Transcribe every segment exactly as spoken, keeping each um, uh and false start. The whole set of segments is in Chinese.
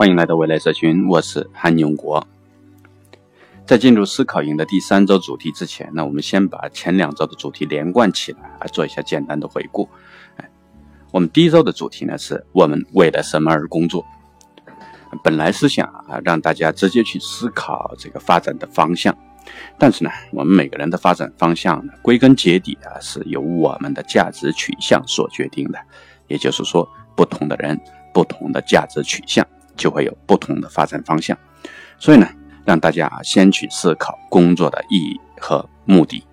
欢迎来到未来社群，我是韩永国。在进入思考营的第三周主题之前呢，我们先把前两周的主题连贯起来，做一下简单的回顾。我们第一周的主题呢是我们为了什么而工作。本来是想啊让大家直接去思考这个发展的方向，但是呢，我们每个人的发展方向呢，归根结底啊是由我们的价值取向所决定的。也就是说，不同的人，不同的价值取向，就会有不同的发展方向。所以呢，让大家先去思考工作的意义和目的。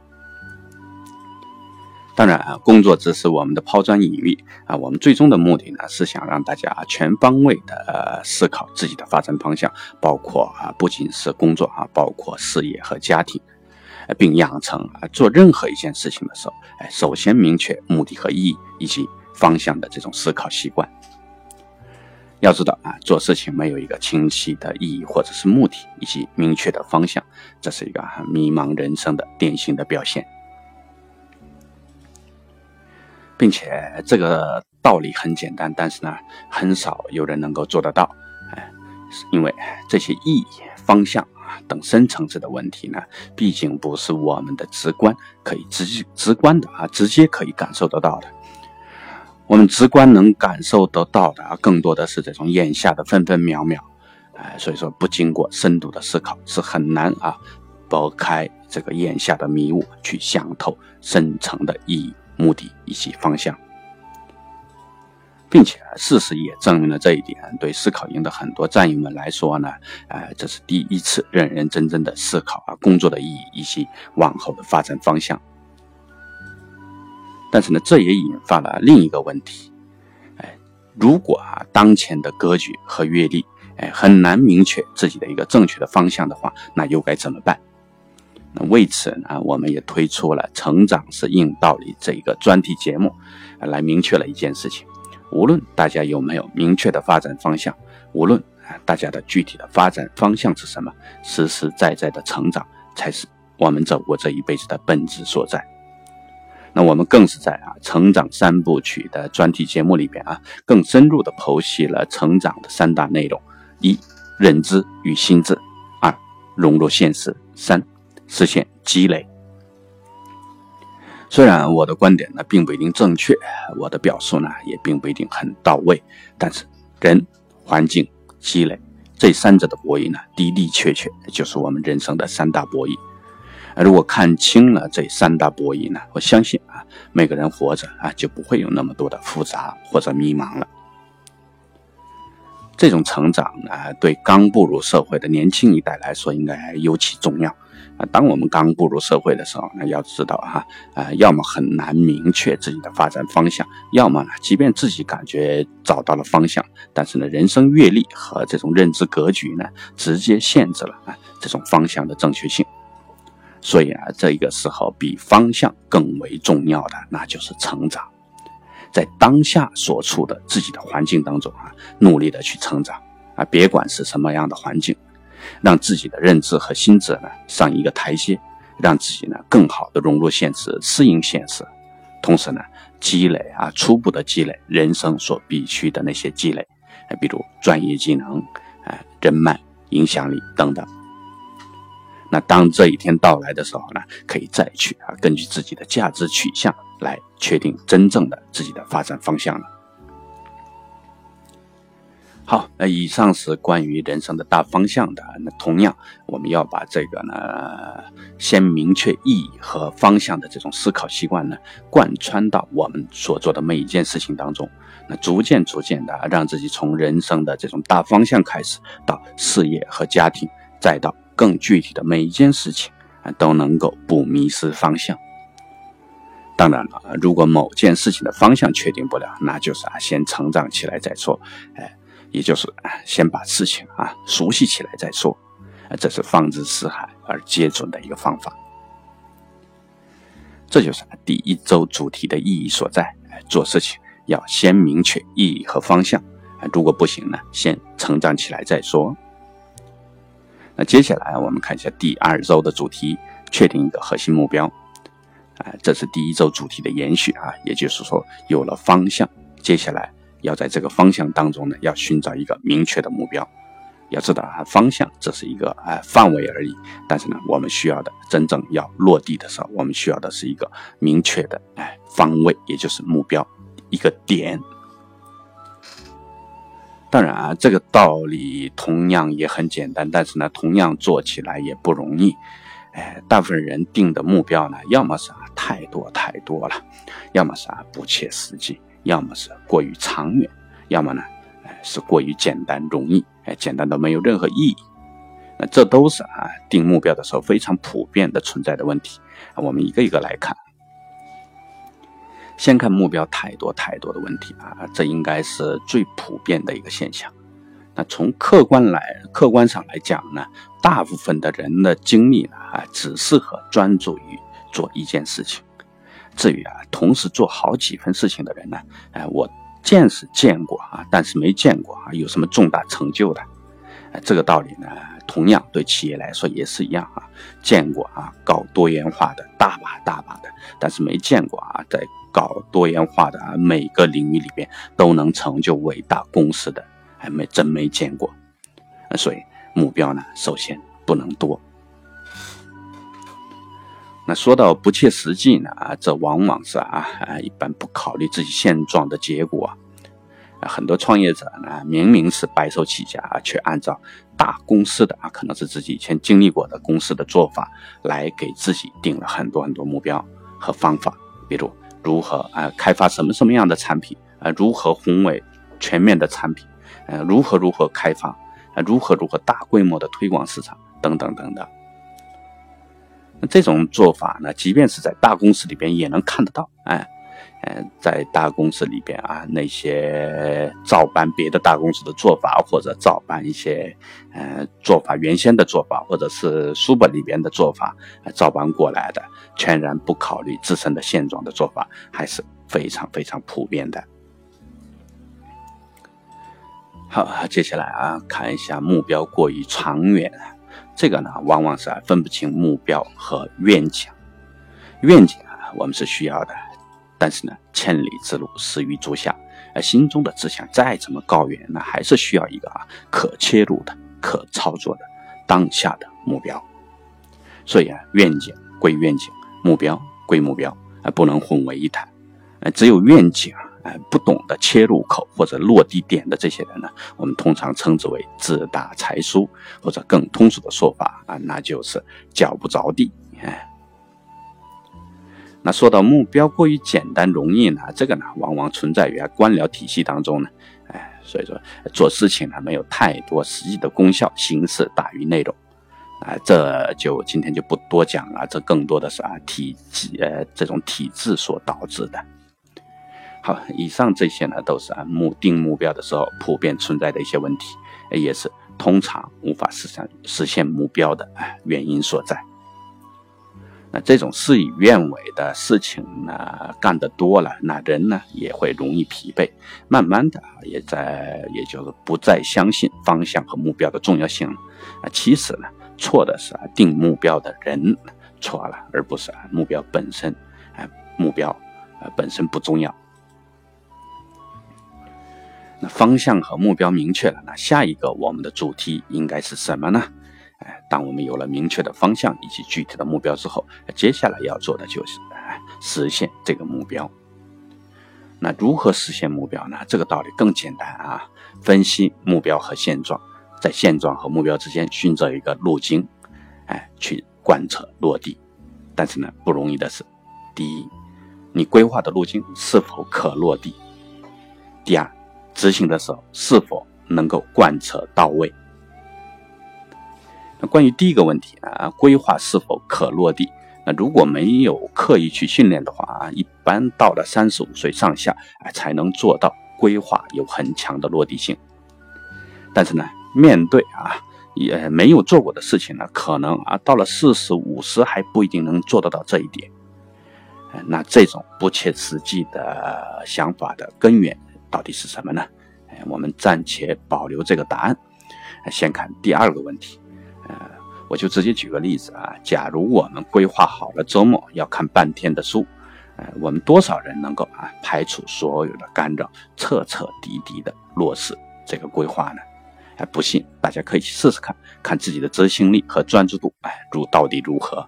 当然啊，工作只是我们的抛砖引玉啊，我们最终的目的呢，是想让大家全方位的、呃、思考自己的发展方向，包括啊，不仅是工作啊，包括事业和家庭，并养成啊做任何一件事情的时候，哎，首先明确目的和意义以及方向的这种思考习惯。要知道啊，做事情没有一个清晰的意义或者是目的以及明确的方向，这是一个很迷茫人生的典型的表现。并且这个道理很简单，但是呢，很少有人能够做得到。哎，因为这些意义、方向啊等深层次的问题呢，毕竟不是我们的直观可以直直观的啊，直接可以感受得到的。我们直观能感受得到的啊，更多的是这种眼下的分分秒秒。哎，所以说不经过深度的思考，是很难啊拨开这个眼下的迷雾，去想透深层的意义、目的以及方向。并且事实也证明了这一点，对思考营的很多战友们来说呢，呃，这是第一次认认真真的思考啊工作的意义以及往后的发展方向。但是呢，这也引发了另一个问题，哎，如果啊当前的格局和阅历，哎，很难明确自己的一个正确的方向的话，那又该怎么办？那为此呢，我们也推出了成长是硬道理这一个专题节目，来明确了一件事情：无论大家有没有明确的发展方向，无论大家的具体的发展方向是什么，实实在在的成长才是我们走过这一辈子的本质所在。那我们更是在啊成长三部曲的专题节目里边啊，更深入的剖析了成长的三大内容：一、认知与心智；二、融入现实；三、实现积累。虽然我的观点呢并不一定正确，我的表述呢也并不一定很到位，但是人、环境、积累这三者的博弈呢，的的确确就是我们人生的三大博弈。如果看清了这三大博弈呢，我相信啊，每个人活着啊就不会有那么多的复杂或者迷茫了。这种成长呢，对刚步入社会的年轻一代来说应该尤其重要。当我们刚步入社会的时候呢，要知道哈、啊，呃，要么很难明确自己的发展方向，要么呢，即便自己感觉找到了方向，但是呢，人生阅历和这种认知格局呢，直接限制了啊这种方向的正确性。所以啊，这个时候比方向更为重要的，那就是成长。在当下所处的自己的环境当中啊，努力的去成长啊，别管是什么样的环境，让自己的认知和心智呢上一个台阶，让自己呢更好的融入现实，适应现实，同时呢积累啊初步的积累人生所必须的那些积累，比如专业技能、啊人脉、影响力等等。那当这一天到来的时候呢，可以再去啊根据自己的价值取向来确定真正的自己的发展方向了。好，那以上是关于人生的大方向的。那同样，我们要把这个呢，先明确意义和方向的这种思考习惯呢，贯穿到我们所做的每一件事情当中。那逐渐逐渐的让自己从人生的这种大方向开始，到事业和家庭，再到更具体的每一件事情，都能够不迷失方向。当然了，如果某件事情的方向确定不了，那就是啊，先成长起来再说。哎。也就是先把事情啊熟悉起来再说，这是放之四海而皆准的一个方法。这就是第一周主题的意义所在。做事情要先明确意义和方向，如果不行呢，先成长起来再说。那接下来我们看一下第二周的主题，确定一个核心目标。这是第一周主题的延续啊，也就是说有了方向，接下来要在这个方向当中呢，要寻找一个明确的目标要知道啊，方向这是一个啊、呃、范围而已，但是呢，我们需要的真正要落地的时候，我们需要的是一个明确的哎、呃、方位，也就是目标一个点。当然啊，这个道理同样也很简单，但是呢，同样做起来也不容易。哎，大部分人定的目标呢，要么是啊太多太多了，要么是啊不切实际，要么是过于长远，要么呢，哎是过于简单容易，哎简单到没有任何意义。那这都是啊定目标的时候非常普遍的存在的问题。我们一个一个来看。先看目标太多太多的问题啊，这应该是最普遍的一个现象。那从客观来客观上来讲呢，大部分的人的精力呢啊，只适合专注于做一件事情。至于啊，同时做好几份事情的人呢，哎，我见是见过啊，但是没见过啊有什么重大成就的。哎，这个道理呢，同样对企业来说也是一样啊，见过啊搞多元化的大把大把的，但是没见过啊在搞多元化的啊每个领域里边都能成就伟大公司的，还没真没见过。所以目标呢，首先不能多。那说到不切实际呢，啊，这往往是啊，一般不考虑自己现状的结果。啊、很多创业者呢，明明是白手起家，啊、却按照大公司的啊，可能是自己以前经历过的公司的做法，来给自己定了很多很多目标和方法，比如如何啊、呃、开发什么什么样的产品啊、呃，如何宏伟全面的产品，呃，如何如何开发，呃，如何如何大规模的推广市场，等等等等。这种做法呢，即便是在大公司里边也能看得到，哎，呃，在大公司里边啊，那些照搬别的大公司的做法，或者照搬一些呃做法原先的做法，或者是书本里边的做法，呃、照搬过来的，全然不考虑自身的现状的做法，还是非常非常普遍的。好，接下来啊，看一下目标过于长远。这个呢，往往是啊分不清目标和愿景。愿景啊，我们是需要的，但是呢，千里之路始于足下。而心中的志向再怎么高远，那还是需要一个啊可切入的、可操作的当下的目标。所以啊，愿景归愿景，目标归目标，啊，不能混为一谈。啊，只有愿景啊，不懂得切入口或者落地点的这些人呢，我们通常称之为自大才疏，或者更通俗的说法啊，那就是脚不着地。哎，那说到目标过于简单容易呢，这个呢，往往存在于啊官僚体系当中呢，哎，所以说做事情呢没有太多实际的功效，形式大于内容。啊，这就今天就不多讲了，这更多的是啊体制呃这种体制所导致的。好，以上这些呢，都是啊目定目标的时候普遍存在的一些问题，也是通常无法实现实现目标的啊原因所在。那这种事与愿违的事情呢，干得多了，那人呢也会容易疲惫，慢慢的也在也就是不再相信方向和目标的重要性了。啊，其实呢，错的是啊定目标的人错了，而不是啊目标本身，啊目标啊本身不重要。那方向和目标明确了，那下一个我们的主题应该是什么呢？哎，当我们有了明确的方向以及具体的目标之后，接下来要做的就是哎实现这个目标。那如何实现目标呢？这个道理更简单啊，分析目标和现状，在现状和目标之间寻找一个路径，哎，去贯彻落地。但是呢，不容易的是，第一，你规划的路径是否可落地？第二，执行的时候是否能够贯彻到位？那关于第一个问题啊，规划是否可落地？那如果没有刻意去训练的话啊，一般到了三十五岁上下，哎，才能做到规划有很强的落地性。但是呢，面对啊也没有做过的事情呢，可能啊到了四十五十还不一定能做得到这一点。那这种不切实际的想法的根源到底是什么呢？我们暂且保留这个答案，先看第二个问题。呃，我就直接举个例子啊，假如我们规划好了周末要看半天的书，呃，我们多少人能够啊排除所有的干扰，彻彻底底的落实这个规划呢？ 哎，不信大家可以去试试看，看自己的执行力和专注度哎如到底如何。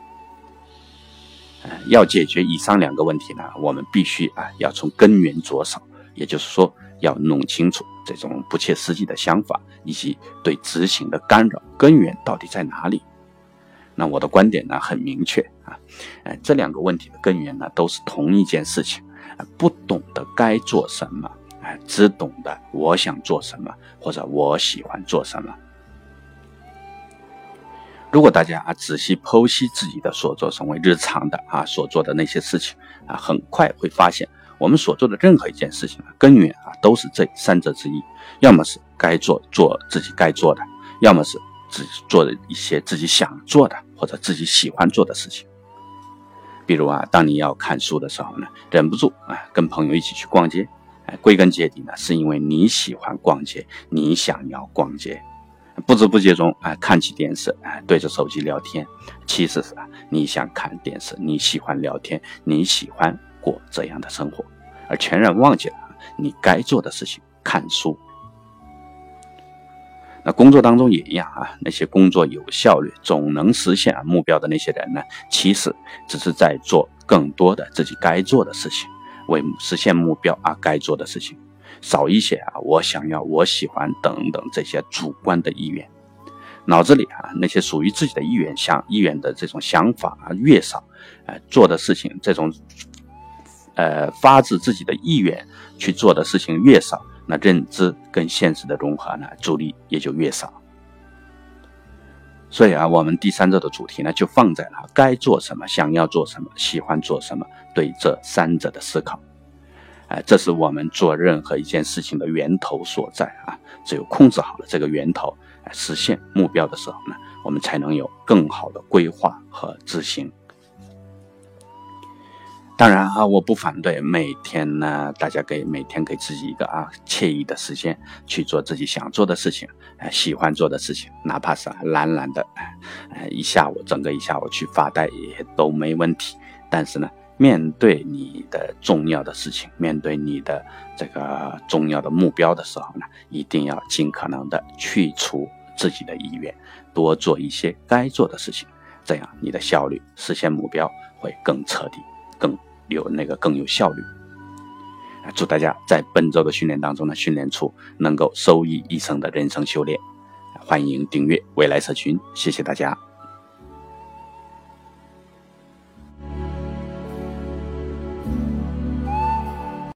呃、要解决以上两个问题呢，我们必须啊要从根源着手，也就是说要弄清楚这种不切实际的想法以及对执行的干扰根源到底在哪里。那我的观点呢很明确啊，呃、这两个问题的根源呢都是同一件事情，呃、不懂得该做什么，呃、只懂得我想做什么或者我喜欢做什么。如果大家啊仔细剖析自己的所作所为，日常的啊所做的那些事情啊，很快会发现我们所做的任何一件事情啊，根源啊都是这三者之一，要么是该做做自己该做的，要么是自己做的一些自己想做的或者自己喜欢做的事情。比如啊，当你要看书的时候呢，忍不住啊跟朋友一起去逛街，啊、归根结底呢，是因为你喜欢逛街，你想要逛街。不知不觉中啊，看起电视啊，对着手机聊天，其实是啊，你想看电视，你喜欢聊天，你喜欢过这样的生活，而全然忘记了你该做的事情，看书。那工作当中也一样啊，那些工作有效率、总能实现啊目标的那些人呢，其实只是在做更多的自己该做的事情，为实现目标啊该做的事情。少一些啊，我想要、我喜欢等等这些主观的意愿，脑子里啊那些属于自己的意愿想意愿的这种想法啊越少，呃做的事情这种呃发自自己的意愿去做的事情越少，那认知跟现实的融合呢阻力也就越少。所以啊，我们第三周的主题呢就放在了该做什么、想要做什么、喜欢做什么，对这三者的思考。呃、这是我们做任何一件事情的源头所在啊！只有控制好了这个源头，呃、实现目标的时候呢，我们才能有更好的规划和执行。当然啊，我不反对每天呢，大家给每天给自己一个啊惬意的时间去做自己想做的事情，呃、喜欢做的事情，哪怕是、啊、懒懒的，呃，一下午整个一下午去发呆也都没问题。但是呢，面对你的重要的事情，面对你的这个重要的目标的时候呢，一定要尽可能的去除自己的意愿，多做一些该做的事情，这样你的效率实现目标会更彻底，更有那个更有效率。祝大家在本周的训练当中呢，训练出能够受益一生的人生修炼。欢迎订阅未来社群，谢谢大家。